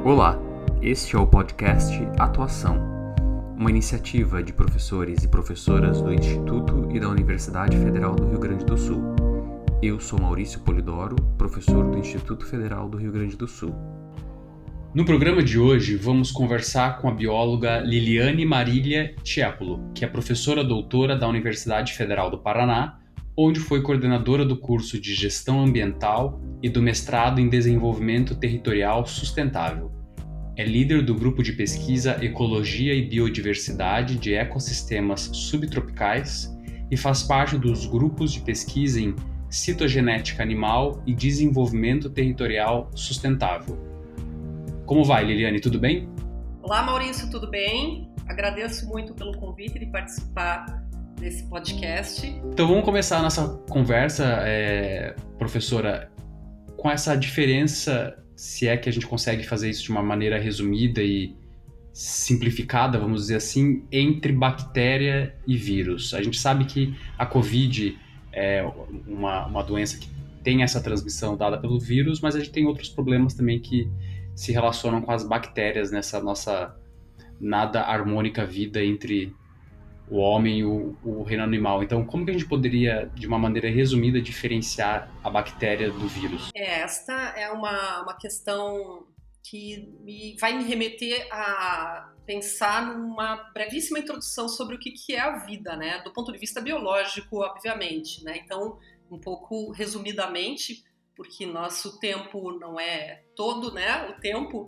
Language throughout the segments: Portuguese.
Olá, este é o podcast Atuação, uma iniciativa de professores e professoras do Instituto e da Universidade Federal do Rio Grande do Sul. Eu sou Maurício Polidoro, professor do Instituto Federal do Rio Grande do Sul. No programa de hoje, vamos conversar com a bióloga Liliane Marília Tiepolo, que é professora doutora da Universidade Federal do Paraná, onde foi coordenadora do curso de Gestão Ambiental e do mestrado em Desenvolvimento Territorial Sustentável. É líder do grupo de pesquisa Ecologia e Biodiversidade de Ecossistemas Subtropicais e faz parte dos grupos de pesquisa em Citogenética Animal e Desenvolvimento Territorial Sustentável. Como vai, Liliane? Tudo bem? Olá, Maurício, tudo bem? Agradeço muito pelo convite de participar desse podcast. Então vamos começar a nossa conversa, professora, com essa diferença, se é que a gente consegue fazer isso de uma maneira resumida e simplificada, vamos dizer assim, entre bactéria e vírus. A gente sabe que a Covid é uma doença que tem essa transmissão dada pelo vírus, mas a gente tem outros problemas também que se relacionam com as bactérias nessa nossa nada harmônica vida entre o homem e o reino animal. Então, como que a gente poderia, de uma maneira resumida, diferenciar a bactéria do vírus? Esta é uma questão que vai me remeter a pensar numa brevíssima introdução sobre o que é a vida, né? Do ponto de vista biológico, obviamente, né? Então, um pouco resumidamente, porque nosso tempo não é todo, né? O tempo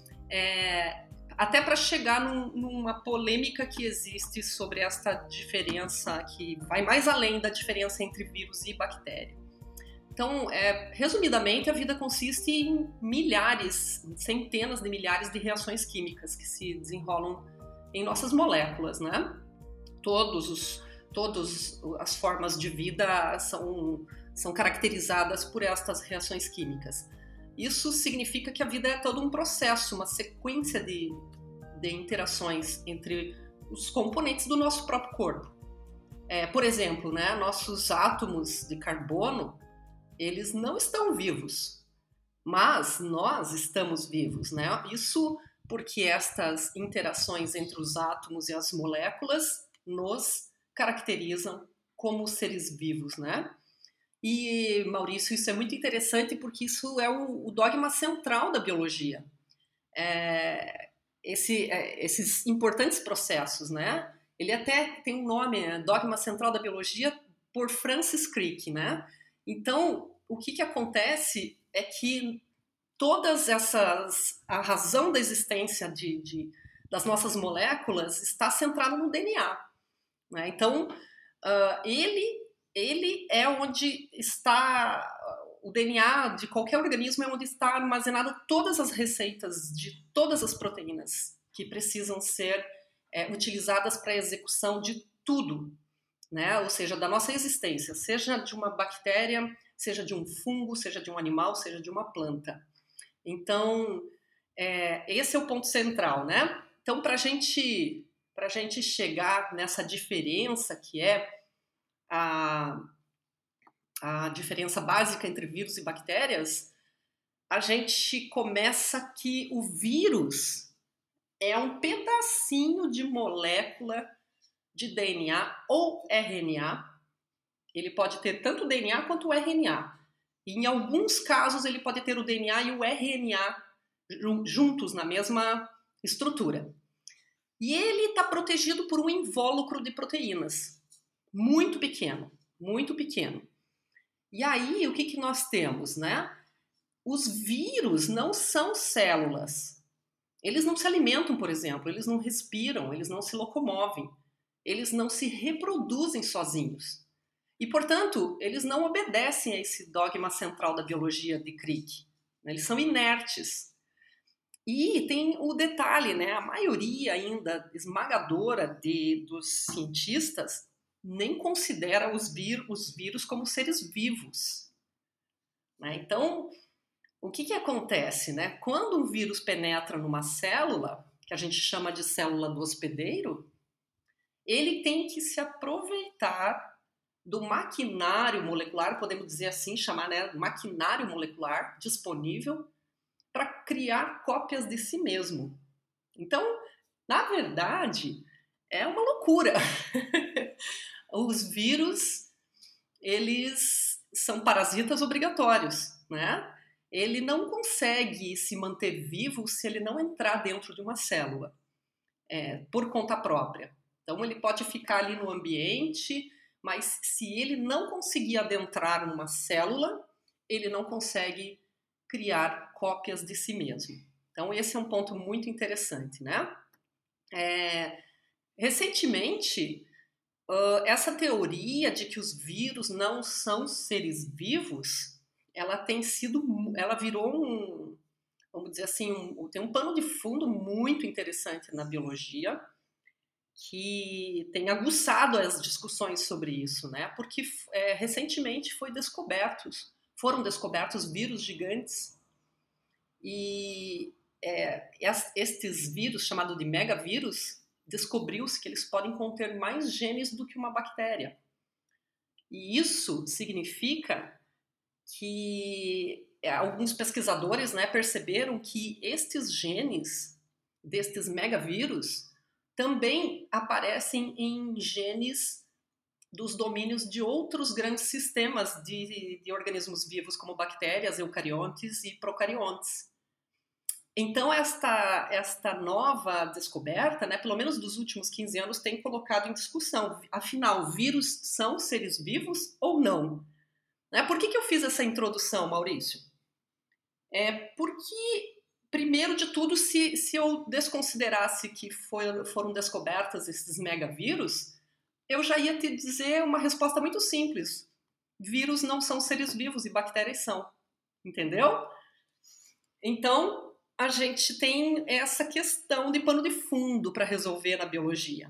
até para chegar numa polêmica que existe sobre esta diferença que vai mais além da diferença entre vírus e bactéria. Então, resumidamente, a vida consiste em milhares, centenas de milhares de reações químicas que se desenrolam em nossas moléculas, né? Todas as formas de vida são caracterizadas por estas reações químicas. Isso significa que a vida é todo um processo, uma sequência de interações entre os componentes do nosso próprio corpo. Por exemplo, né, nossos átomos de carbono, eles não estão vivos, mas nós estamos vivos, né? Isso porque estas interações entre os átomos e as moléculas nos caracterizam como seres vivos, né? E, Maurício, isso é muito interessante porque isso é o dogma central da biologia. Esses importantes processos, né? Ele até tem um nome, Dogma Central da Biologia, por Francis Crick, né? Então, o que acontece é que a razão da existência das nossas moléculas está centrada no DNA, né? Então, ele é onde está o DNA de qualquer organismo, é onde está armazenada todas as receitas de todas as proteínas que precisam ser utilizadas para a execução de tudo, né? Ou seja, da nossa existência, seja de uma bactéria, seja de um fungo, seja de um animal, seja de uma planta. Então, esse é o ponto central, né? Então, para a gente chegar nessa diferença que é a diferença básica entre vírus e bactérias, a gente começa que o vírus é um pedacinho de molécula de DNA ou RNA. Ele pode ter tanto o DNA quanto o RNA. E em alguns casos ele pode ter o DNA e o RNA juntos na mesma estrutura. E ele está protegido por um invólucro de proteínas muito pequeno, muito pequeno. E aí, o que nós temos, né? Os vírus não são células. Eles não se alimentam, por exemplo, eles não respiram, eles não se locomovem, eles não se reproduzem sozinhos. E, portanto, eles não obedecem a esse dogma central da biologia de Crick. Eles são inertes. E tem o detalhe, né? A maioria ainda esmagadora dos cientistas nem considera os vírus como seres vivos, né? Então, o que acontece, né? Quando um vírus penetra numa célula, que a gente chama de célula do hospedeiro, ele tem que se aproveitar do maquinário molecular, podemos dizer assim, chamar, né, maquinário molecular disponível para criar cópias de si mesmo. Então, na verdade, é uma loucura. Os vírus, eles são parasitas obrigatórios, né? Ele não consegue se manter vivo se ele não entrar dentro de uma célula, por conta própria. Então, ele pode ficar ali no ambiente, mas se ele não conseguir adentrar numa célula, ele não consegue criar cópias de si mesmo. Então, esse é um ponto muito interessante, né? Recentemente, essa teoria de que os vírus não são seres vivos, ela virou vamos dizer assim, tem um pano de fundo muito interessante na biologia, que tem aguçado as discussões sobre isso, né? Porque recentemente foram descobertos vírus gigantes e estes vírus, chamados de megavírus, descobriu-se que eles podem conter mais genes do que uma bactéria. E isso significa que alguns pesquisadores, né, perceberam que estes genes destes megavírus também aparecem em genes dos domínios de outros grandes sistemas de organismos vivos, como bactérias, eucariontes e procariontes. Então, esta nova descoberta, né, pelo menos dos últimos 15 anos, tem colocado em discussão, afinal, vírus são seres vivos ou não? Por que eu fiz essa introdução, Maurício? Porque, primeiro de tudo, se eu desconsiderasse que foram descobertas esses megavírus, eu já ia te dizer uma resposta muito simples. Vírus não são seres vivos e bactérias são. Entendeu? Então, a gente tem essa questão de pano de fundo para resolver na biologia.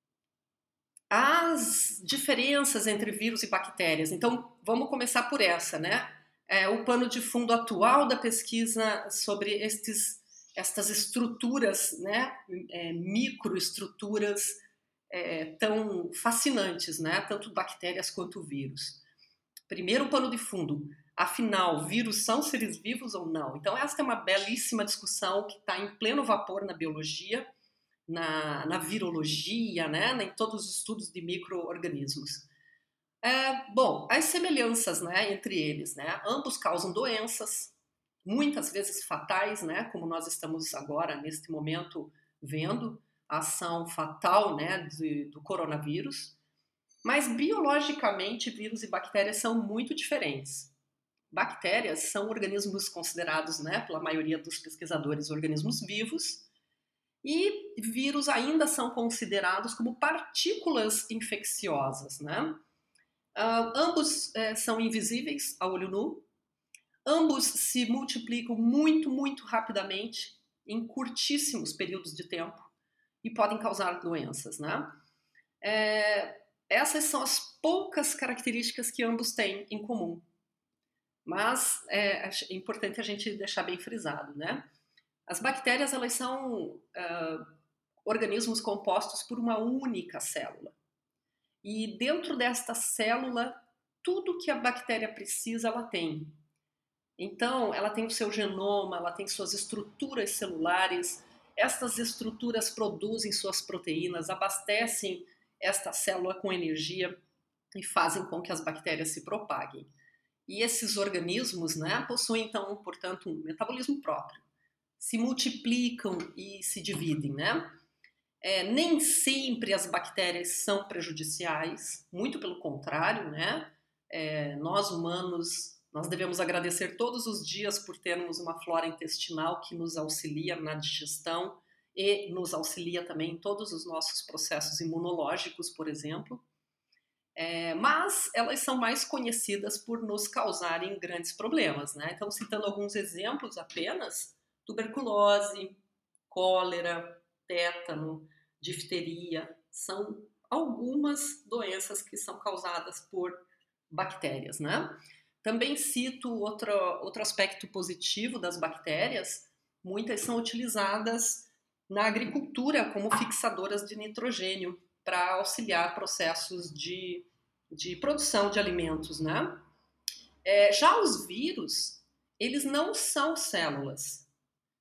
As diferenças entre vírus e bactérias. Então, vamos começar por essa, né? O pano de fundo atual da pesquisa sobre estas estruturas, né? Microestruturas tão fascinantes, né? Tanto bactérias quanto vírus. Primeiro, o pano de fundo. Afinal, vírus são seres vivos ou não? Então, essa é uma belíssima discussão que está em pleno vapor na biologia, na virologia, né? Em todos os estudos de micro-organismos. Bom, as semelhanças, né, entre eles, né? Ambos causam doenças, muitas vezes fatais, né? Como nós estamos agora, neste momento, vendo a ação fatal, né, do coronavírus. Mas, biologicamente, vírus e bactérias são muito diferentes. Bactérias são organismos considerados, né, pela maioria dos pesquisadores, organismos vivos, e vírus ainda são considerados como partículas infecciosas, né? Ambos são invisíveis a olho nu, ambos se multiplicam muito, muito rapidamente, em curtíssimos períodos de tempo, e podem causar doenças, né? Essas são as poucas características que ambos têm em comum. Mas é importante a gente deixar bem frisado, né? As bactérias, elas são organismos compostos por uma única célula. E dentro desta célula, tudo que a bactéria precisa, ela tem. Então, ela tem o seu genoma, ela tem suas estruturas celulares, estas estruturas produzem suas proteínas, abastecem esta célula com energia e fazem com que as bactérias se propaguem. E esses organismos, né, possuem, então, portanto, um metabolismo próprio. Se multiplicam e se dividem, né? Nem sempre as bactérias são prejudiciais, muito pelo contrário, né? Nós humanos, nós devemos agradecer todos os dias por termos uma flora intestinal que nos auxilia na digestão e nos auxilia também em todos os nossos processos imunológicos, por exemplo. Mas elas são mais conhecidas por nos causarem grandes problemas, né? Então, citando alguns exemplos apenas, tuberculose, cólera, tétano, difteria, são algumas doenças que são causadas por bactérias, né? Também cito outro aspecto positivo das bactérias, muitas são utilizadas na agricultura como fixadoras de nitrogênio para auxiliar processos de produção de alimentos, né? Já os vírus, eles não são células,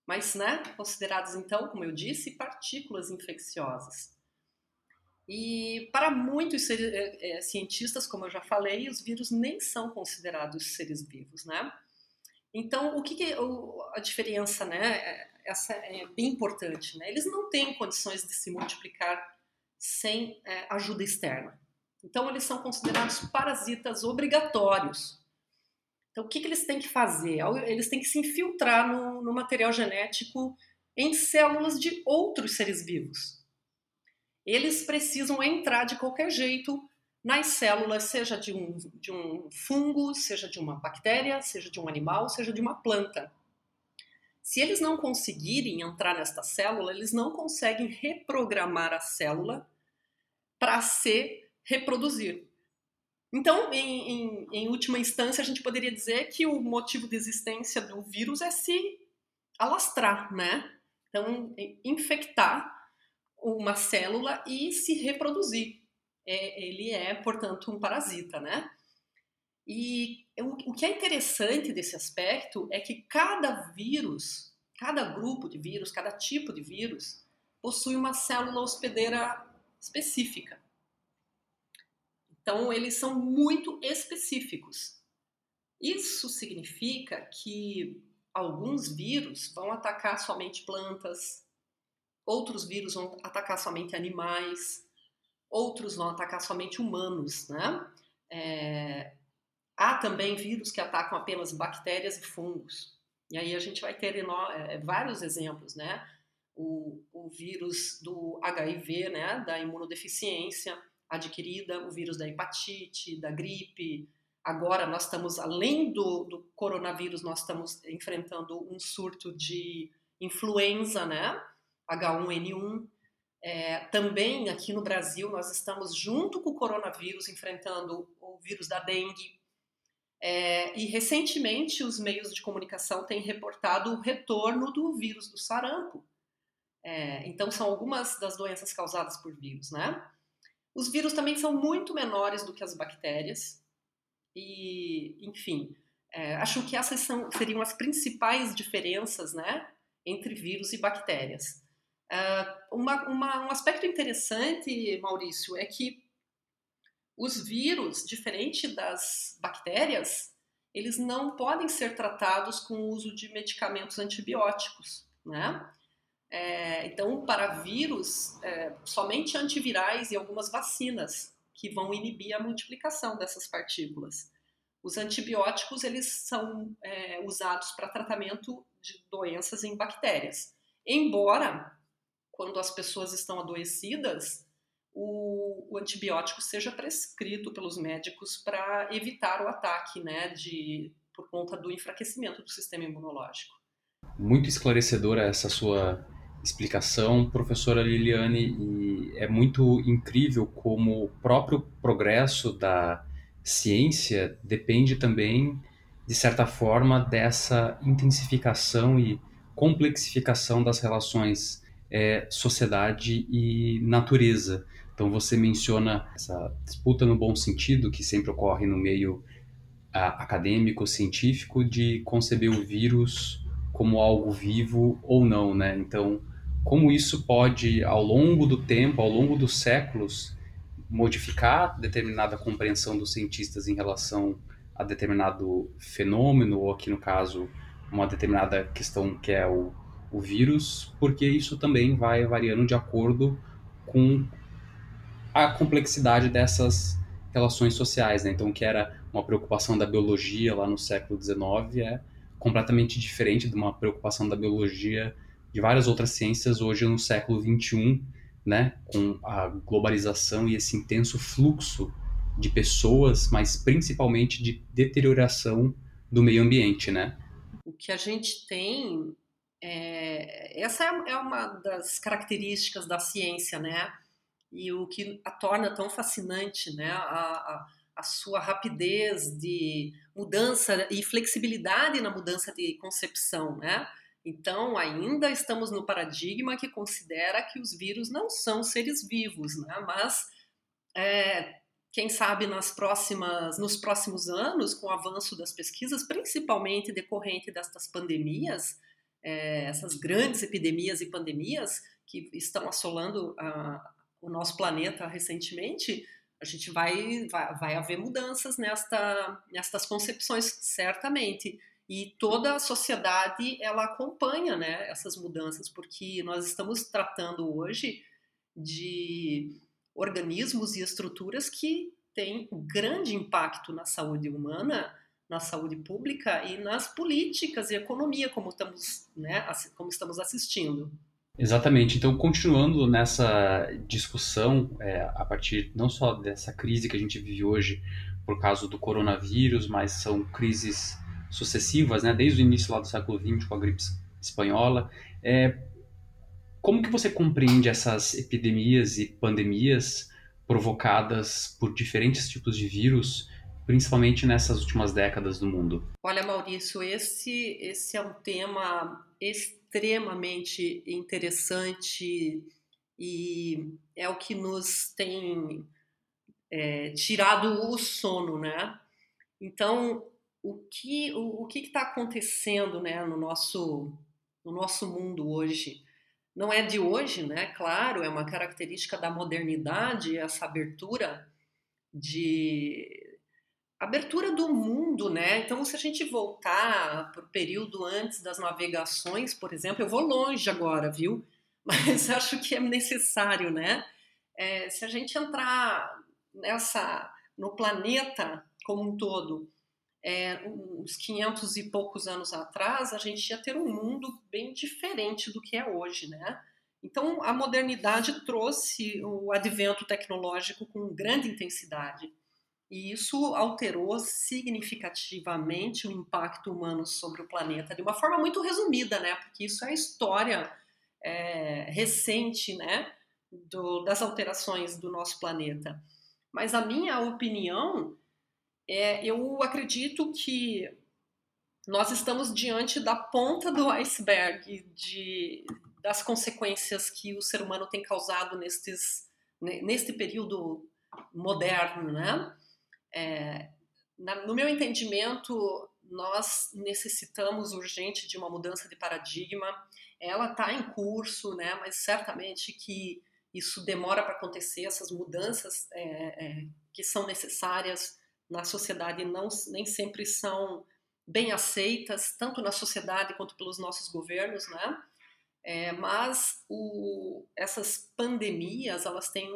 mas, né, considerados, então, como eu disse, partículas infecciosas. E para muitos cientistas, como eu já falei, os vírus nem são considerados seres vivos, né? Então, a diferença, né? Essa é bem importante, né? Eles não têm condições de se multiplicar sem ajuda externa. Então, eles são considerados parasitas obrigatórios. Então, o que eles têm que fazer? Eles têm que se infiltrar no material genético em células de outros seres vivos. Eles precisam entrar de qualquer jeito nas células, seja de um fungo, seja de uma bactéria, seja de um animal, seja de uma planta. Se eles não conseguirem entrar nesta célula, eles não conseguem reprogramar a célula para se reproduzir. Então, em última instância, a gente poderia dizer que o motivo de existência do vírus é se alastrar, né? Então, infectar uma célula e se reproduzir. Ele é, portanto, um parasita, né? E o que é interessante desse aspecto é que cada vírus, cada grupo de vírus, cada tipo de vírus, possui uma célula hospedeira específica. Então, eles são muito específicos. Isso significa que alguns vírus vão atacar somente plantas, outros vírus vão atacar somente animais, outros vão atacar somente humanos, né? Há também vírus que atacam apenas bactérias e fungos. E aí a gente vai ter vários exemplos, né? O vírus do HIV, né? Da imunodeficiência adquirida, o vírus da hepatite, da gripe. Agora nós estamos, além do coronavírus, nós estamos enfrentando um surto de influenza, né? H1N1. Também aqui no Brasil nós estamos junto com o coronavírus enfrentando o vírus da dengue. E recentemente os meios de comunicação têm reportado o retorno do vírus do sarampo. Então são algumas das doenças causadas por vírus, né? Os vírus também são muito menores do que as bactérias e, enfim, acho que essas seriam as principais diferenças, né, entre vírus e bactérias. Um aspecto interessante, Maurício, é que os vírus, diferente das bactérias, eles não podem ser tratados com o uso de medicamentos antibióticos, né? Então, para vírus, somente antivirais e algumas vacinas que vão inibir a multiplicação dessas partículas. Os antibióticos, eles são usados para tratamento de doenças em bactérias. Embora, quando as pessoas estão adoecidas, o antibiótico seja prescrito pelos médicos para evitar o ataque, né, por conta do enfraquecimento do sistema imunológico. Muito esclarecedora essa sua explicação, professora Liliane, e é muito incrível como o próprio progresso da ciência depende também, de certa forma, dessa intensificação e complexificação das relações sociedade e natureza. Então você menciona essa disputa no bom sentido que sempre ocorre no meio acadêmico, científico, de conceber o vírus como algo vivo ou não, né? Então, como isso pode, ao longo do tempo, ao longo dos séculos, modificar determinada compreensão dos cientistas em relação a determinado fenômeno, ou aqui no caso, uma determinada questão que é o vírus, porque isso também vai variando de acordo com a complexidade dessas relações sociais, né? Então, o que era uma preocupação da biologia lá no século XIX é completamente diferente de uma preocupação da biologia de várias outras ciências hoje no século XXI, né? Com a globalização e esse intenso fluxo de pessoas, mas principalmente de deterioração do meio ambiente, né? O que a gente tem, essa é uma das características da ciência, né? E o que a torna tão fascinante, né? A sua rapidez de mudança e flexibilidade na mudança de concepção, né? Então, ainda estamos no paradigma que considera que os vírus não são seres vivos, né? Mas, quem sabe nos próximos anos, com o avanço das pesquisas, principalmente decorrente destas pandemias, essas grandes epidemias e pandemias que estão assolando o nosso planeta recentemente, a gente vai haver mudanças nestas concepções, certamente. E toda a sociedade, ela acompanha, né, essas mudanças, porque nós estamos tratando hoje de organismos e estruturas que têm um grande impacto na saúde humana, na saúde pública e nas políticas e economia, como estamos assistindo. Exatamente. Então, continuando nessa discussão, a partir não só dessa crise que a gente vive hoje por causa do coronavírus, mas são crises sucessivas, né, desde o início lá do século XX com a gripe espanhola. Como que você compreende essas epidemias e pandemias provocadas por diferentes tipos de vírus, principalmente nessas últimas décadas do mundo? Olha, Maurício, esse é um tema extremamente interessante e é o que nos tem tirado o sono, né? Então, o que está acontecendo, né, no nosso mundo hoje? Não é de hoje, né? Claro, é uma característica da modernidade essa abertura do mundo, né? Então, se a gente voltar para o período antes das navegações, por exemplo, eu vou longe agora, viu? Mas acho que é necessário, né? Se a gente entrar no planeta como um todo, uns 500 e poucos anos atrás, a gente ia ter um mundo bem diferente do que é hoje, né? Então, a modernidade trouxe o advento tecnológico com grande intensidade. E isso alterou significativamente o impacto humano sobre o planeta, de uma forma muito resumida, né? Porque isso é a história recente, né? Das alterações do nosso planeta. Mas a minha opinião eu acredito que nós estamos diante da ponta do iceberg das consequências que o ser humano tem causado neste período moderno, né? No meu entendimento, nós necessitamos urgente de uma mudança de paradigma. Ela está em curso, né? Mas certamente que isso demora para acontecer, essas mudanças que são necessárias na sociedade nem sempre são bem aceitas, tanto na sociedade quanto pelos nossos governos, né? Mas essas pandemias, elas têm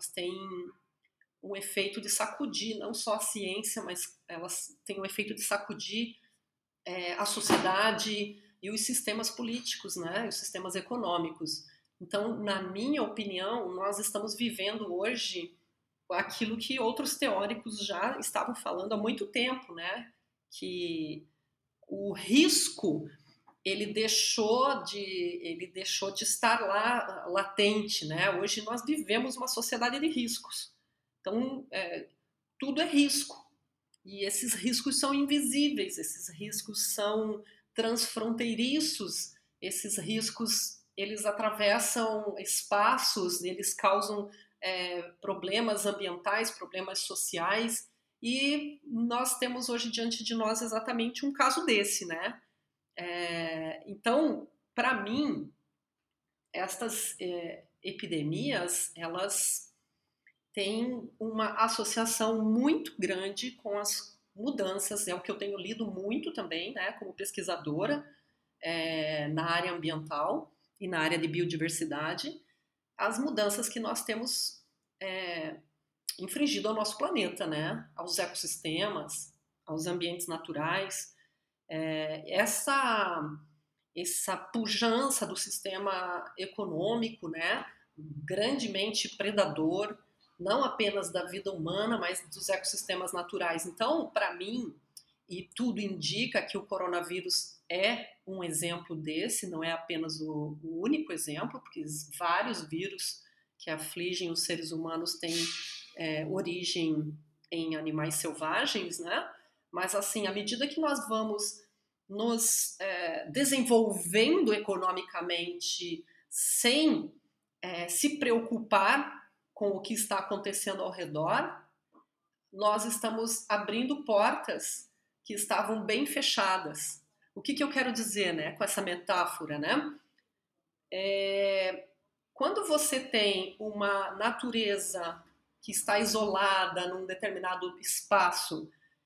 um efeito de sacudir, não só a ciência, mas elas têm um efeito de sacudir a sociedade e os sistemas políticos, né? Os sistemas econômicos. Então, na minha opinião, nós estamos vivendo hoje aquilo que outros teóricos já estavam falando há muito tempo, né? Que o risco ele deixou de estar lá latente, né? Hoje nós vivemos uma sociedade de riscos. Então, tudo é risco. E esses riscos são invisíveis, esses riscos são transfronteiriços, esses riscos eles atravessam espaços, eles causam problemas ambientais, problemas sociais, e nós temos hoje diante de nós exatamente um caso desse, né? Então, para mim, estas epidemias, elas têm uma associação muito grande com as mudanças, é o que eu tenho lido muito também, né, como pesquisadora na área ambiental e na área de biodiversidade, as mudanças que nós temos infringido ao nosso planeta, né, aos ecossistemas, aos ambientes naturais. Essa pujança do sistema econômico, né, grandemente predador, não apenas da vida humana, mas dos ecossistemas naturais. Então, para mim, e tudo indica que o coronavírus é um exemplo desse, não é apenas o único exemplo, porque vários vírus que afligem os seres humanos têm origem em animais selvagens, né? Mas, assim, à medida que nós vamos nos desenvolvendo economicamente sem se preocupar com o que está acontecendo ao redor, nós estamos abrindo portas que estavam bem fechadas O que eu quero dizer, né, com essa metáfora, né? Quando você tem uma natureza que está isolada num determinado espaço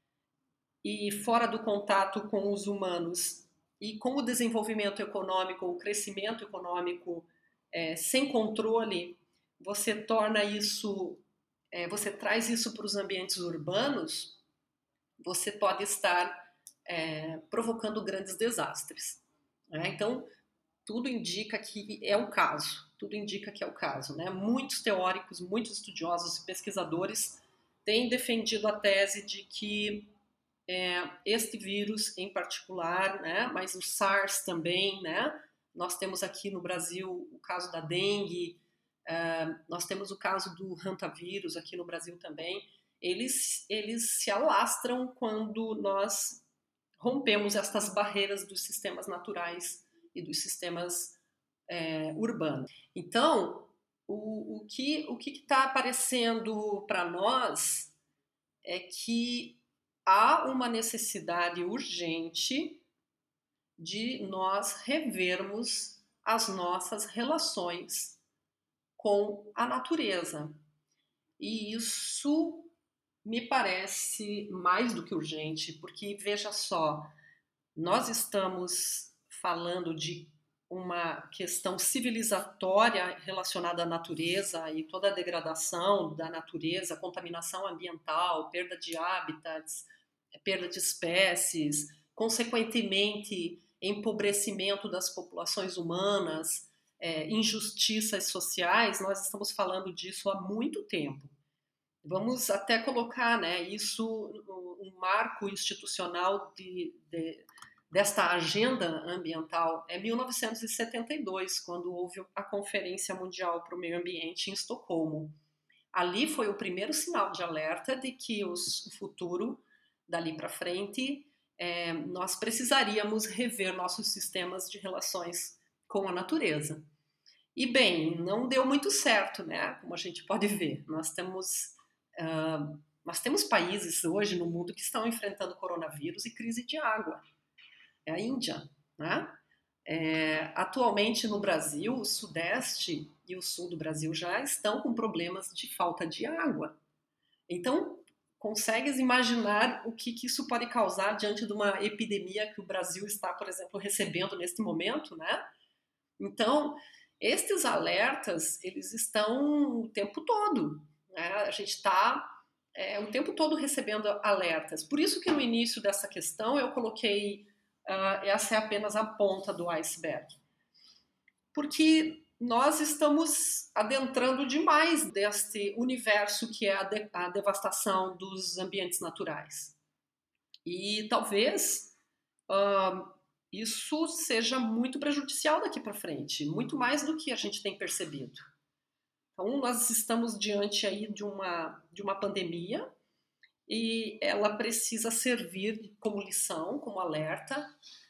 e fora do contato com os humanos, e com o desenvolvimento econômico, o crescimento econômico sem controle, você torna isso, você traz isso para os ambientes urbanos, você pode estar provocando grandes desastres. Né? Então, tudo indica que é o caso. Tudo indica que é o caso. Né? Muitos teóricos, muitos estudiosos e pesquisadores têm defendido a tese de que este vírus em particular, né, mas o SARS também, né, nós temos aqui no Brasil o caso da dengue, nós temos o caso do hantavírus aqui no Brasil também, eles se alastram quando nós rompemos estas barreiras dos sistemas naturais e dos sistemas urbanos. Então, o que está aparecendo para nós é que há uma necessidade urgente de nós revermos as nossas relações com a natureza. E isso me parece mais do que urgente, porque veja só, nós estamos falando de uma questão civilizatória relacionada à natureza e toda a degradação da natureza, contaminação ambiental, perda de hábitats, perda de espécies, consequentemente empobrecimento das populações humanas, injustiças sociais, nós estamos falando disso há muito tempo. Vamos até colocar, né, isso um marco institucional desta agenda ambiental é 1972, quando houve a Conferência Mundial para o Meio Ambiente em Estocolmo. Ali foi o primeiro sinal de alerta de que o futuro, dali para frente, nós precisaríamos rever nossos sistemas de relações com a natureza. E bem, não deu muito certo, né? Como a gente pode ver. Nós temos países hoje no mundo que estão enfrentando coronavírus e crise de água. É a Índia, né? Atualmente no Brasil, o sudeste e o sul do Brasil já estão com problemas de falta de água. Então, consegues imaginar o que isso pode causar diante de uma epidemia que o Brasil está, por exemplo, recebendo neste momento, né? Então, estes alertas, eles estão o tempo todo, né? A gente está o tempo todo recebendo alertas. Por isso que no início dessa questão eu coloquei essa é apenas a ponta do iceberg. Porque nós estamos adentrando demais deste universo que é a devastação dos ambientes naturais. E talvez isso seja muito prejudicial daqui para frente, muito mais do que a gente tem percebido. Então, nós estamos diante aí de uma pandemia e ela precisa servir como lição, como alerta,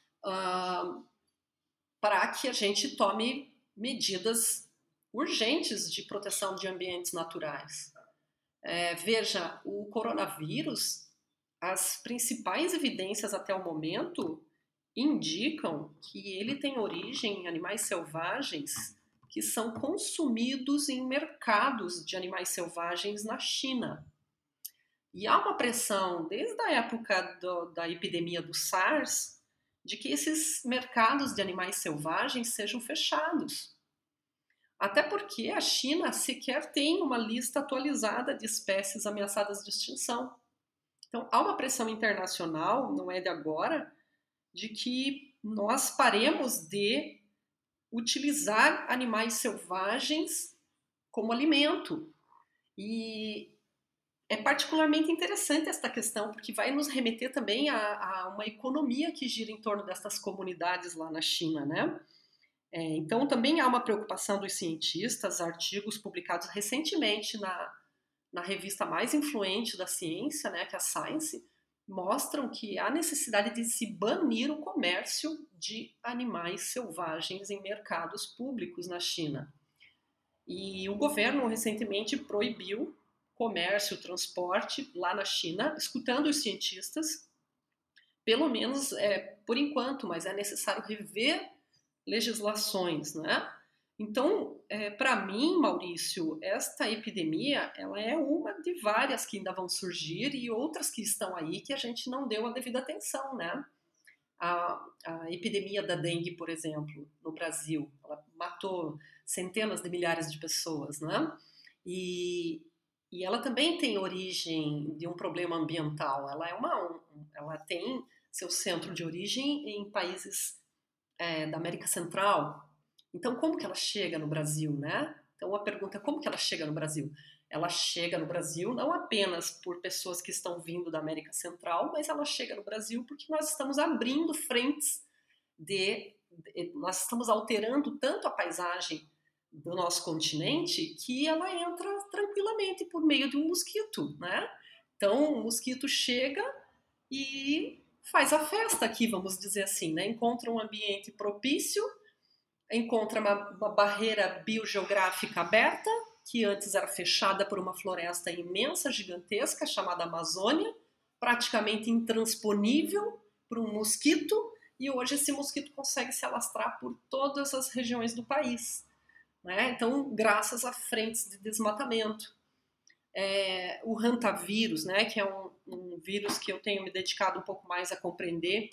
para que a gente tome medidas urgentes de proteção de ambientes naturais. Veja, o coronavírus, as principais evidências até o momento indicam que ele tem origem em animais selvagens que são consumidos em mercados de animais selvagens na China. E há uma pressão, desde a época da epidemia do SARS, de que esses mercados de animais selvagens sejam fechados. Até porque a China sequer tem uma lista atualizada de espécies ameaçadas de extinção. Então, há uma pressão internacional, não é de agora, de que nós paremos de utilizar animais selvagens como alimento. E é particularmente interessante esta questão, porque vai nos remeter também a uma economia que gira em torno dessas comunidades lá na China, né? Então, também há uma preocupação dos cientistas, artigos publicados recentemente na revista mais influente da ciência, né, que é a Science, mostram que há necessidade de se banir o comércio de animais selvagens em mercados públicos na China. E o governo recentemente proibiu comércio, transporte lá na China, escutando os cientistas, pelo menos por enquanto, mas é necessário rever legislações, né? Então, para mim, Maurício, esta epidemia, ela é uma de várias que ainda vão surgir e outras que estão aí que a gente não deu a devida atenção, né? A epidemia da dengue, por exemplo, no Brasil, ela matou centenas de milhares de pessoas, né? E ela também tem origem de um problema ambiental. Ela tem seu centro de origem em países da América Central. Então, como que ela chega no Brasil, né? Então, a pergunta é como que ela chega no Brasil? Ela chega no Brasil não apenas por pessoas que estão vindo da América Central, mas ela chega no Brasil porque nós estamos abrindo frentes nós estamos alterando tanto a paisagem do nosso continente que ela entra tranquilamente por meio de um mosquito, né? Então, o mosquito chega e faz a festa aqui, vamos dizer assim, né? Encontra um ambiente propício, encontra uma barreira biogeográfica aberta, que antes era fechada por uma floresta imensa, gigantesca, chamada Amazônia, praticamente intransponível para um mosquito, e hoje esse mosquito consegue se alastrar por todas as regiões do país, né? Então, graças a frentes de desmatamento. O hantavírus, né, que é um vírus que eu tenho me dedicado um pouco mais a compreender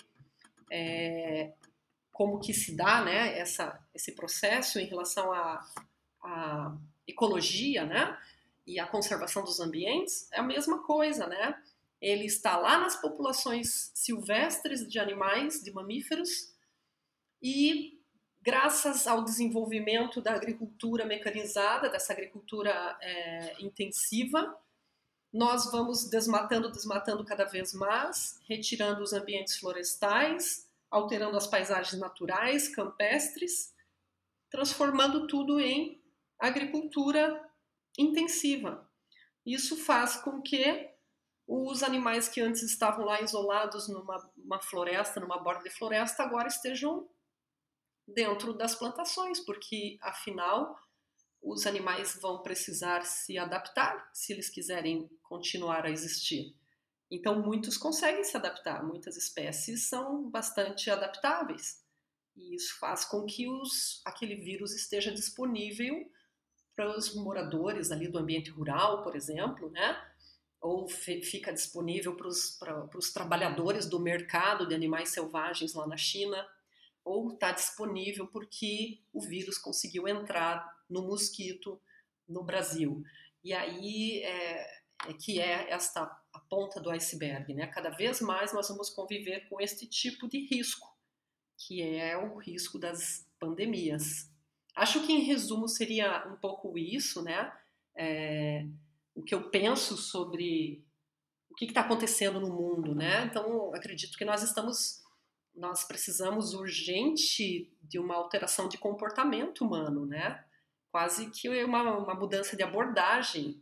como que se dá, né, esse processo em relação à ecologia, né, e à conservação dos ambientes, é a mesma coisa, né? Ele está lá nas populações silvestres de animais, de mamíferos, e graças ao desenvolvimento da agricultura mecanizada, dessa agricultura intensiva, nós vamos desmatando cada vez mais, retirando os ambientes florestais, alterando as paisagens naturais, campestres, transformando tudo em agricultura intensiva. Isso faz com que os animais que antes estavam lá isolados numa floresta, numa borda de floresta, agora estejam dentro das plantações, porque afinal os animais vão precisar se adaptar se eles quiserem continuar a existir. Então muitos conseguem se adaptar, muitas espécies são bastante adaptáveis e isso faz com que aquele vírus esteja disponível para os moradores ali do ambiente rural, por exemplo, né? Ou fica disponível para os trabalhadores do mercado de animais selvagens lá na China, ou está disponível porque o vírus conseguiu entrar no mosquito no Brasil. E aí que é a ponta do iceberg, né? Cada vez mais nós vamos conviver com este tipo de risco, que é o risco das pandemias. Acho que, em resumo, seria um pouco isso, né? O que eu penso sobre o que está acontecendo no mundo, né? Então, acredito que nós precisamos urgente de uma alteração de comportamento humano, né? Quase que uma mudança de abordagem,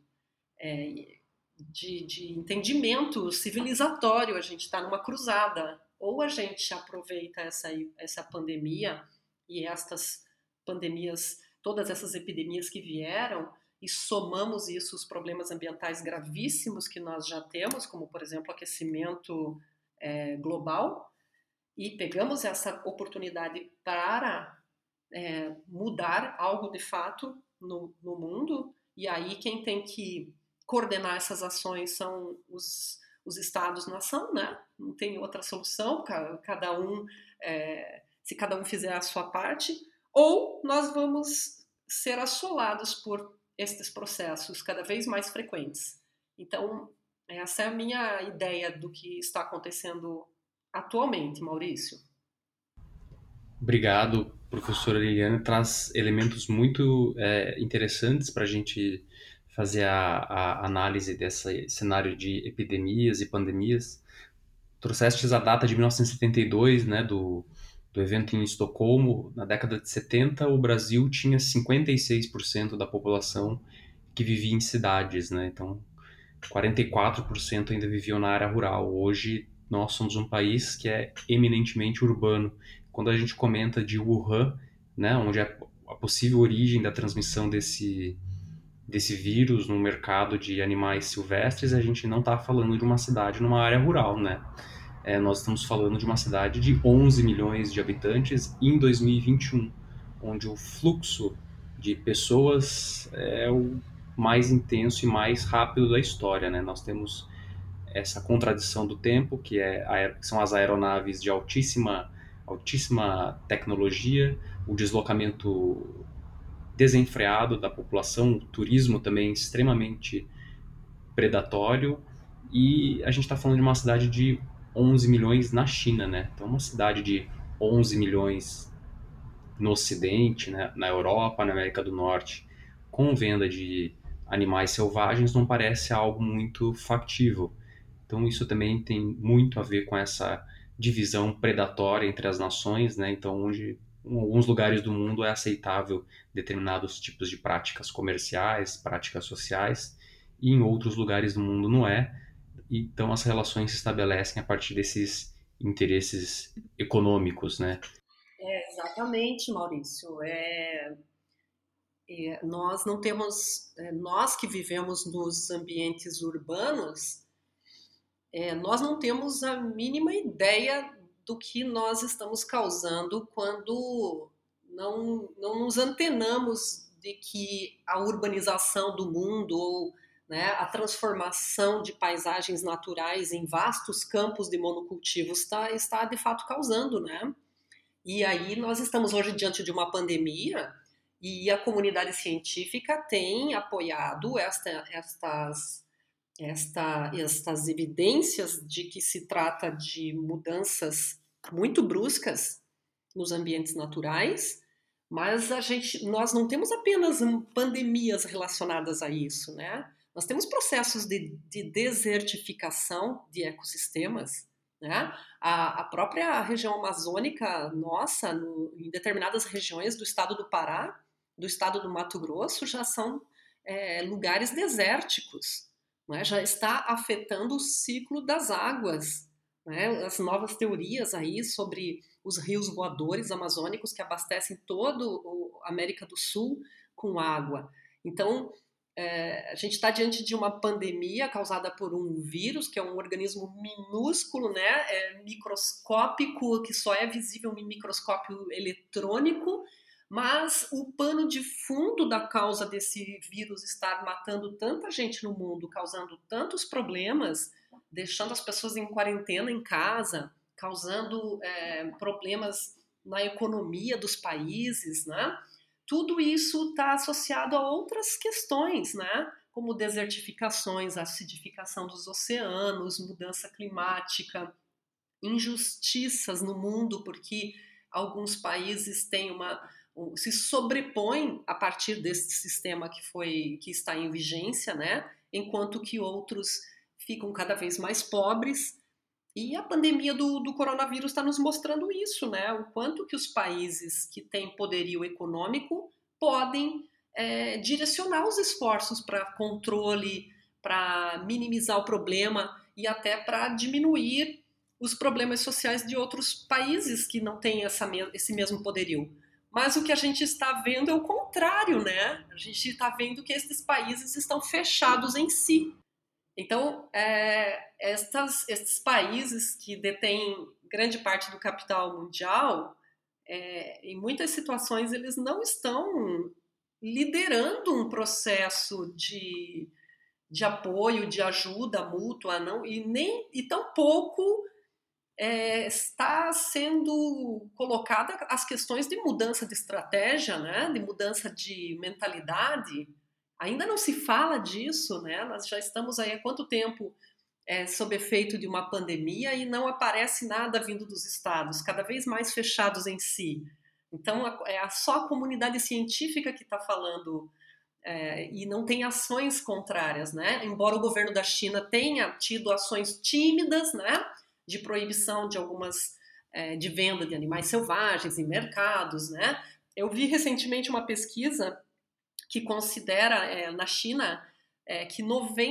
de entendimento civilizatório. A gente está numa cruzada. Ou a gente aproveita essa pandemia e estas pandemias, todas essas epidemias que vieram, e somamos isso aos problemas ambientais gravíssimos que nós já temos, como, por exemplo, o aquecimento global, e pegamos essa oportunidade para mudar algo de fato no mundo, e aí quem tem que coordenar essas ações são os estados-nação, né? Não tem outra solução, se cada um fizer a sua parte, ou nós vamos ser assolados por estes processos cada vez mais frequentes. Então, essa é a minha ideia do que está acontecendo atualmente, Maurício. Obrigado, professora Liliane. Traz elementos muito interessantes para a gente fazer a análise desse cenário de epidemias e pandemias. Trouxestes a data de 1972, né, do evento em Estocolmo. Na década de 70, o Brasil tinha 56% da população que vivia em cidades, né? Então, 44% ainda viviam na área rural. Hoje, nós somos um país que é eminentemente urbano. Quando a gente comenta de Wuhan, né, onde é a possível origem da transmissão desse vírus no mercado de animais silvestres, a gente não está falando de uma cidade numa área rural, né? nós estamos falando de uma cidade de 11 milhões de habitantes em 2021, onde o fluxo de pessoas é o mais intenso e mais rápido da história, né? Nós temos essa contradição do tempo, que são as aeronaves de altíssima tecnologia, o deslocamento desenfreado da população, o turismo também extremamente predatório, e a gente está falando de uma cidade de 11 milhões na China, né? Então, uma cidade de 11 milhões no Ocidente, né? Na Europa, na América do Norte, com venda de animais selvagens, não parece algo muito factível. Então, isso também tem muito a ver com essa divisão predatória entre as nações, né? Então, onde em alguns lugares do mundo é aceitável determinados tipos de práticas comerciais, práticas sociais, e em outros lugares do mundo não é. Então, as relações se estabelecem a partir desses interesses econômicos, né? Exatamente, Maurício. Nós não temos, nós que vivemos nos ambientes urbanos, nós não temos a mínima ideia do que nós estamos causando quando não nos antenamos de que a urbanização do mundo ou, né, a transformação de paisagens naturais em vastos campos de monocultivos está de fato causando, né? E aí nós estamos hoje diante de uma pandemia e a comunidade científica tem apoiado estas evidências de que se trata de mudanças muito bruscas nos ambientes naturais, mas nós não temos apenas pandemias relacionadas a isso, né? Nós temos processos de desertificação de ecossistemas, né? A própria região amazônica nossa, em determinadas regiões do estado do Pará, do estado do Mato Grosso, já são lugares desérticos, né? Já está afetando o ciclo das águas, né? As novas teorias aí sobre os rios voadores amazônicos que abastecem toda a América do Sul com água. Então, a gente está diante de uma pandemia causada por um vírus, que é um organismo minúsculo, né, microscópico, que só é visível em microscópio eletrônico, mas o pano de fundo da causa desse vírus estar matando tanta gente no mundo, causando tantos problemas, deixando as pessoas em quarentena em casa, causando problemas na economia dos países, né? Tudo isso está associado a outras questões, né? Como desertificações, acidificação dos oceanos, mudança climática, injustiças no mundo, porque alguns países se sobrepõem a partir desse sistema que está em vigência, né? Enquanto que outros ficam cada vez mais pobres. E a pandemia do coronavírus está nos mostrando isso, né? O quanto que os países que têm poderio econômico podem direcionar os esforços para controle, para minimizar o problema e até para diminuir os problemas sociais de outros países que não têm esse mesmo poderio. Mas o que a gente está vendo é o contrário, né? A gente está vendo que esses países estão fechados em si. Então, estes países que detêm grande parte do capital mundial, em muitas situações eles não estão liderando um processo de apoio, de ajuda mútua, não, e tampouco está sendo colocada as questões de mudança de estratégia, né, de mudança de mentalidade. Ainda não se fala disso, né? Nós já estamos aí há quanto tempo sob efeito de uma pandemia e não aparece nada vindo dos estados, cada vez mais fechados em si. Então, só a comunidade científica que está falando e não tem ações contrárias, né? Embora o governo da China tenha tido ações tímidas, né? De proibição de de venda de animais selvagens em mercados, né? Eu vi recentemente uma pesquisa que considera na China que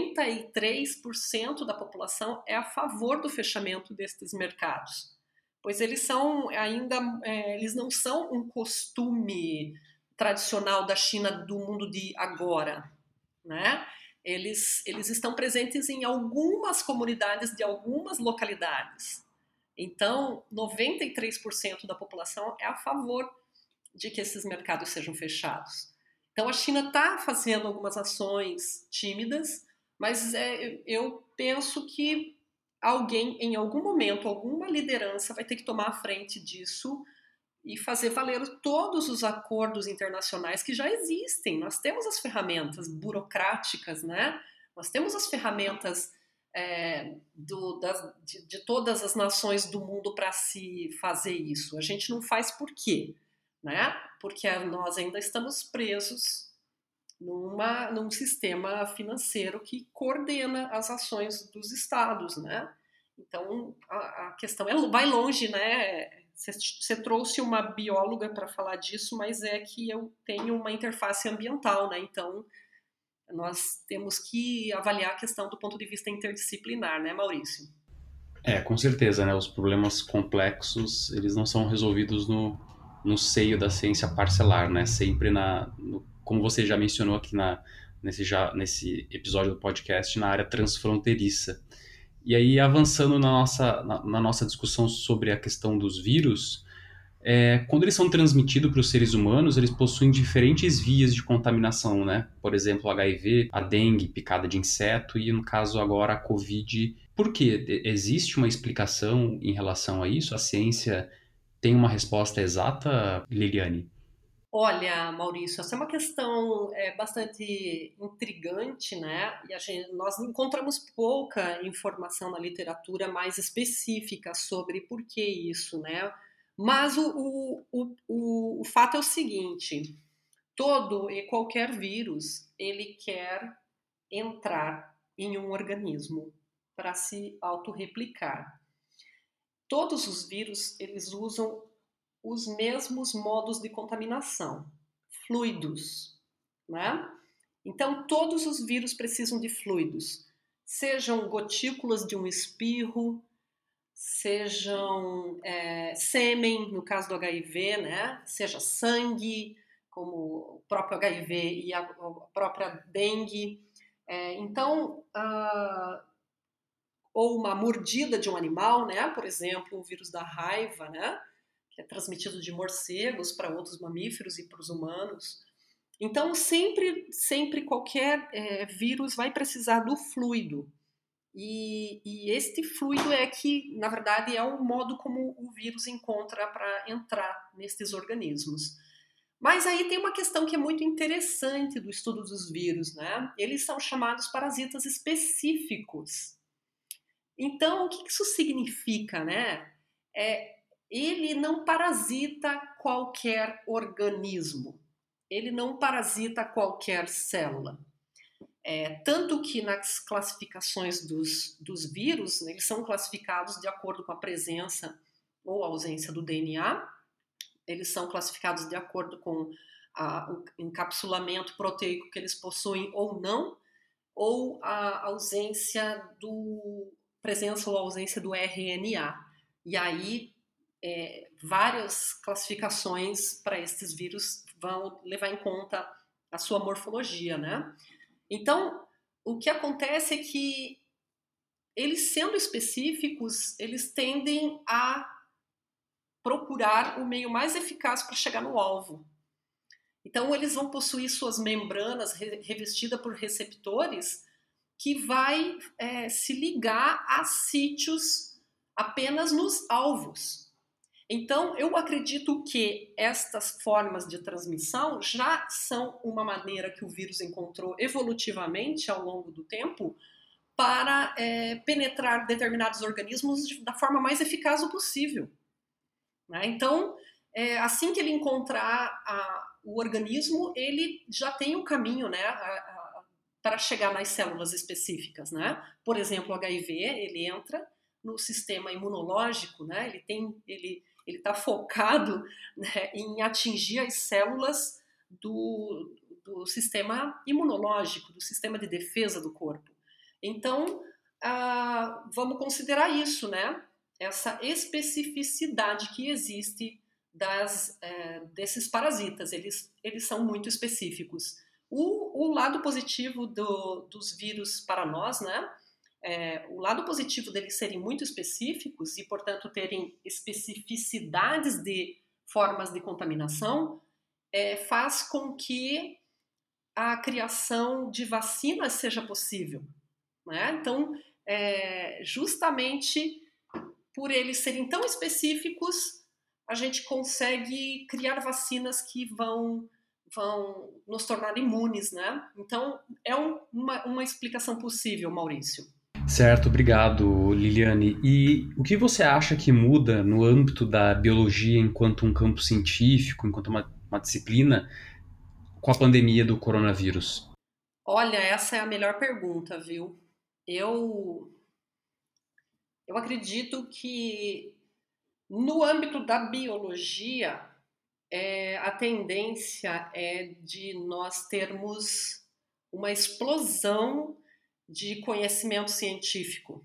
93% da população é a favor do fechamento destes mercados, pois eles são eles não são um costume tradicional da China do mundo de agora, né? Eles estão presentes em algumas comunidades de algumas localidades, Então, 93% da população é a favor de que esses mercados sejam fechados. Então, a China está fazendo algumas ações tímidas, mas eu penso que alguém, em algum momento, alguma liderança vai ter que tomar a frente disso e fazer valer todos os acordos internacionais que já existem. Nós temos as ferramentas burocráticas, né? Nós temos as ferramentas de todas as nações do mundo para se fazer isso. A gente não faz por quê? Né? Porque nós ainda estamos presos num sistema financeiro que coordena as ações dos estados, né? Então, a questão vai longe, né? Você trouxe uma bióloga para falar disso, mas é que eu tenho uma interface ambiental, né? Então, nós temos que avaliar a questão do ponto de vista interdisciplinar, né, Maurício? Com certeza, né? Os problemas complexos, eles não são resolvidos no seio da ciência parcelar, né? Sempre como você já mencionou aqui nesse episódio do podcast, na área transfronteiriça. E aí, avançando na nossa discussão sobre a questão dos vírus, quando eles são transmitidos para os seres humanos, eles possuem diferentes vias de contaminação, né? Por exemplo, o HIV, a dengue, picada de inseto e, no caso agora, a Covid. Por quê? Existe uma explicação em relação a isso? A ciência tem uma resposta exata, Liliane? Olha, Maurício, essa é uma questão bastante intrigante, né? E nós encontramos pouca informação na literatura mais específica sobre por que isso, né? Mas o fato é o seguinte: todo e qualquer vírus ele quer entrar em um organismo para se autorreplicar. Todos os vírus eles usam os mesmos modos de contaminação, fluidos, né? Então, todos os vírus precisam de fluidos, sejam gotículas de um espirro, sejam sêmen, no caso do HIV, né? Seja sangue, como o próprio HIV e a própria dengue. Então, ou uma mordida de um animal, né? Por exemplo, o vírus da raiva, né? Que é transmitido de morcegos para outros mamíferos e para os humanos. Então, sempre qualquer vírus vai precisar do fluido. E este fluido é que, na verdade, é o modo como o vírus encontra para entrar nestes organismos. Mas aí tem uma questão que é muito interessante do estudo dos vírus, né? Eles são chamados parasitas específicos. Então, o que isso significa, né? Ele não parasita qualquer organismo. Ele não parasita qualquer célula. Tanto que nas classificações dos vírus, né, eles são classificados de acordo com a presença ou ausência do DNA, eles são classificados de acordo com o encapsulamento proteico que eles possuem ou não, ou a presença ou ausência do RNA. E aí, várias classificações para esses vírus vão levar em conta a sua morfologia, né? Então, o que acontece é que eles sendo específicos, eles tendem a procurar o meio mais eficaz para chegar no alvo. Então, eles vão possuir suas membranas revestidas por receptores que vai se ligar a sítios apenas nos alvos. Então, eu acredito que estas formas de transmissão já são uma maneira que o vírus encontrou evolutivamente ao longo do tempo para penetrar determinados organismos da forma mais eficaz possível. Né? Então, assim que ele encontrar o organismo, ele já tem o caminho, né, para chegar nas células específicas. Né? Por exemplo, o HIV, ele entra no sistema imunológico, né? Ele está focado, né, em atingir as células do sistema imunológico, do sistema de defesa do corpo. Então, vamos considerar isso, né? Essa especificidade que existe desses parasitas. Eles são muito específicos. O lado positivo dos vírus para nós, né, o lado positivo deles serem muito específicos e, portanto, terem especificidades de formas de contaminação, faz com que a criação de vacinas seja possível, né? Então, justamente por eles serem tão específicos, a gente consegue criar vacinas que vão nos tornar imunes, né? Então, é uma explicação possível, Maurício. Certo, obrigado, Liliane. E o que você acha que muda no âmbito da biologia enquanto um campo científico, enquanto uma disciplina, com a pandemia do coronavírus? Olha, essa é a melhor pergunta, viu? Eu acredito que no âmbito da biologia, a tendência é de nós termos uma explosão de conhecimento científico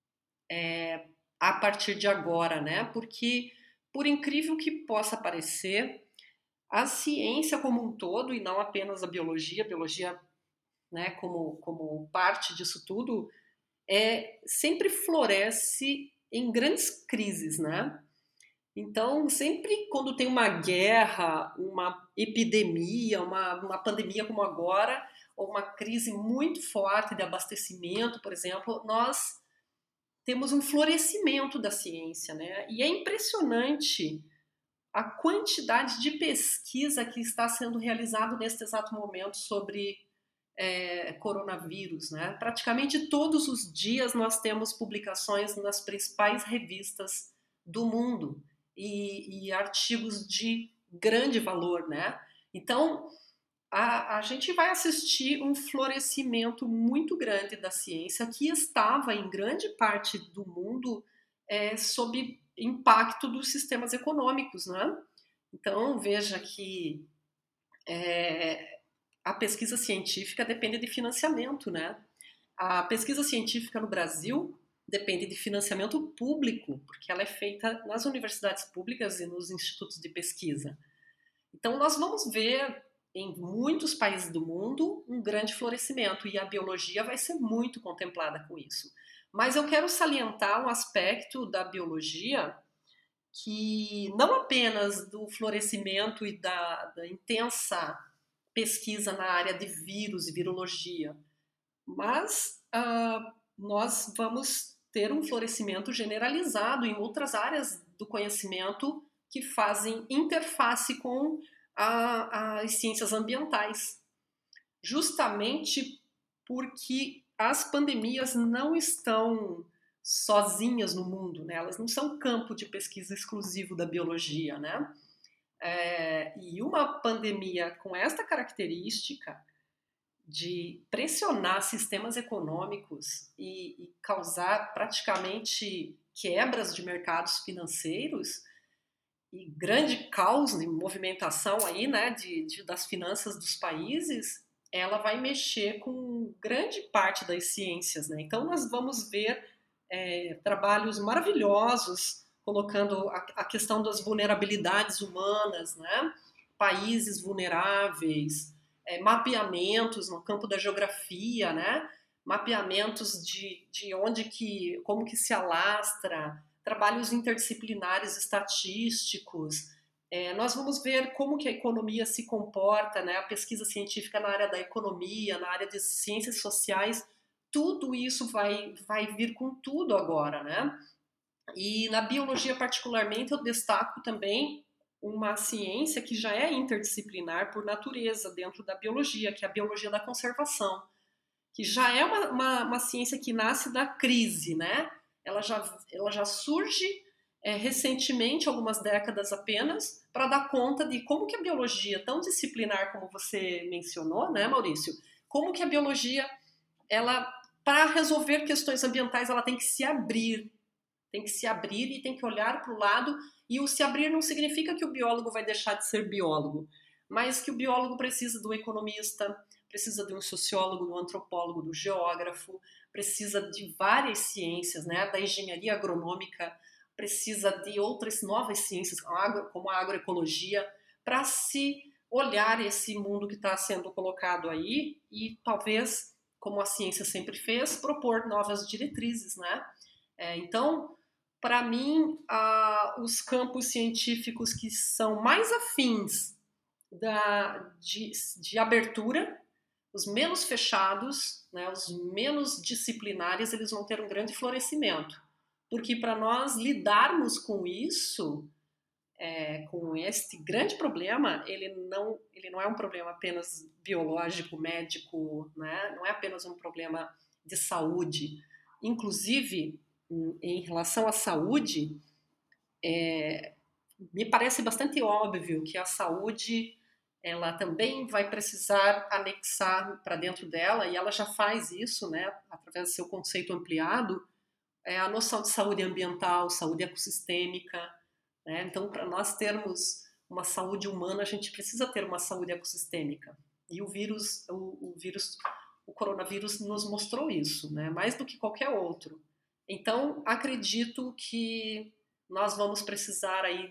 a partir de agora, né? Porque, por incrível que possa parecer, a ciência como um todo, e não apenas a biologia, né, como parte disso tudo, sempre floresce em grandes crises, né? Então, sempre quando tem uma guerra, uma epidemia, uma pandemia como agora, ou uma crise muito forte de abastecimento, por exemplo, nós temos um florescimento da ciência, né? E é impressionante a quantidade de pesquisa que está sendo realizado neste exato momento sobre coronavírus, né? Praticamente todos os dias nós temos publicações nas principais revistas do mundo e artigos de grande valor, né? Então, a gente vai assistir um florescimento muito grande da ciência que estava em grande parte do mundo sob impacto dos sistemas econômicos, né? Então, veja que a pesquisa científica depende de financiamento, né? A pesquisa científica no Brasil depende de financiamento público, porque ela é feita nas universidades públicas e nos institutos de pesquisa. Então, nós vamos ver em muitos países do mundo um grande florescimento e a biologia vai ser muito contemplada com isso. Mas eu quero salientar um aspecto da biologia que não apenas do florescimento e da intensa pesquisa na área de vírus e virologia, mas nós vamos ter um florescimento generalizado em outras áreas do conhecimento que fazem interface com as ciências ambientais, justamente porque as pandemias não estão sozinhas no mundo, né? Elas não são campo de pesquisa exclusivo da biologia, né? E uma pandemia com esta característica de pressionar sistemas econômicos e causar praticamente quebras de mercados financeiros e grande caos de movimentação aí, né, das finanças dos países, ela vai mexer com grande parte das ciências, né? Então nós vamos ver trabalhos maravilhosos colocando a questão das vulnerabilidades humanas, né? Países vulneráveis, mapeamentos no campo da geografia, né? Mapeamentos de como que se alastra, trabalhos interdisciplinares estatísticos. Nós vamos ver como que a economia se comporta, né? A pesquisa científica na área da economia, na área de ciências sociais, tudo isso vai vir com tudo agora, né? E na biologia particularmente eu destaco também uma ciência que já é interdisciplinar por natureza dentro da biologia, que é a biologia da conservação, que já é uma ciência que nasce da crise, né? Ela já surge recentemente, algumas décadas apenas, para dar conta de como que a biologia, tão disciplinar como você mencionou, né, Maurício? Como que a biologia, ela, para resolver questões ambientais, ela tem que se abrir e tem que olhar para o lado, e o se abrir não significa que o biólogo vai deixar de ser biólogo, mas que o biólogo precisa do economista, precisa de um sociólogo, do antropólogo, do geógrafo, precisa de várias ciências, né, da engenharia agronômica, precisa de outras novas ciências, como a agroecologia, para se olhar esse mundo que está sendo colocado aí e talvez como a ciência sempre fez, propor novas diretrizes, né? Então, para mim, os campos científicos que são mais afins de abertura, os menos fechados, né, os menos disciplinares, eles vão ter um grande florescimento. Porque para nós lidarmos com isso, com este grande problema, ele não é um problema apenas biológico, médico, né? Não é apenas um problema de saúde. Inclusive, em relação à saúde, me parece bastante óbvio que a saúde ela também vai precisar anexar para dentro dela, e ela já faz isso, né, através do seu conceito ampliado, a noção de saúde ambiental, saúde ecossistêmica, né? Então, para nós termos uma saúde humana, a gente precisa ter uma saúde ecossistêmica. E o coronavírus nos mostrou isso, né? Mais do que qualquer outro. Então, acredito que nós vamos precisar aí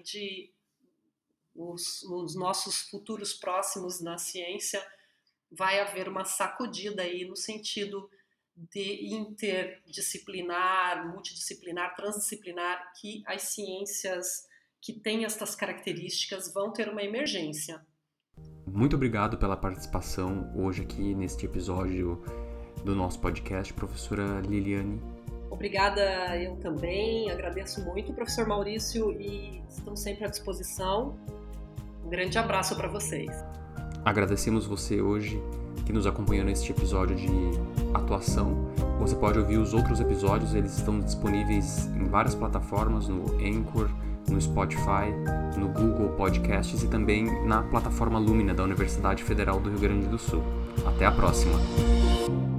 nos nossos futuros próximos na ciência, vai haver uma sacudida aí no sentido de interdisciplinar, multidisciplinar, transdisciplinar, que as ciências que têm estas características vão ter uma emergência. Muito obrigado pela participação hoje aqui neste episódio do nosso podcast, professora Liliane. Obrigada, eu também. Agradeço muito, professor Maurício, e estamos sempre à disposição. Um grande abraço para vocês. Agradecemos você hoje que nos acompanhou neste episódio de atuação. Você pode ouvir os outros episódios, eles estão disponíveis em várias plataformas, no Anchor, no Spotify, no Google Podcasts e também na plataforma Lumina da Universidade Federal do Rio Grande do Sul. Até a próxima!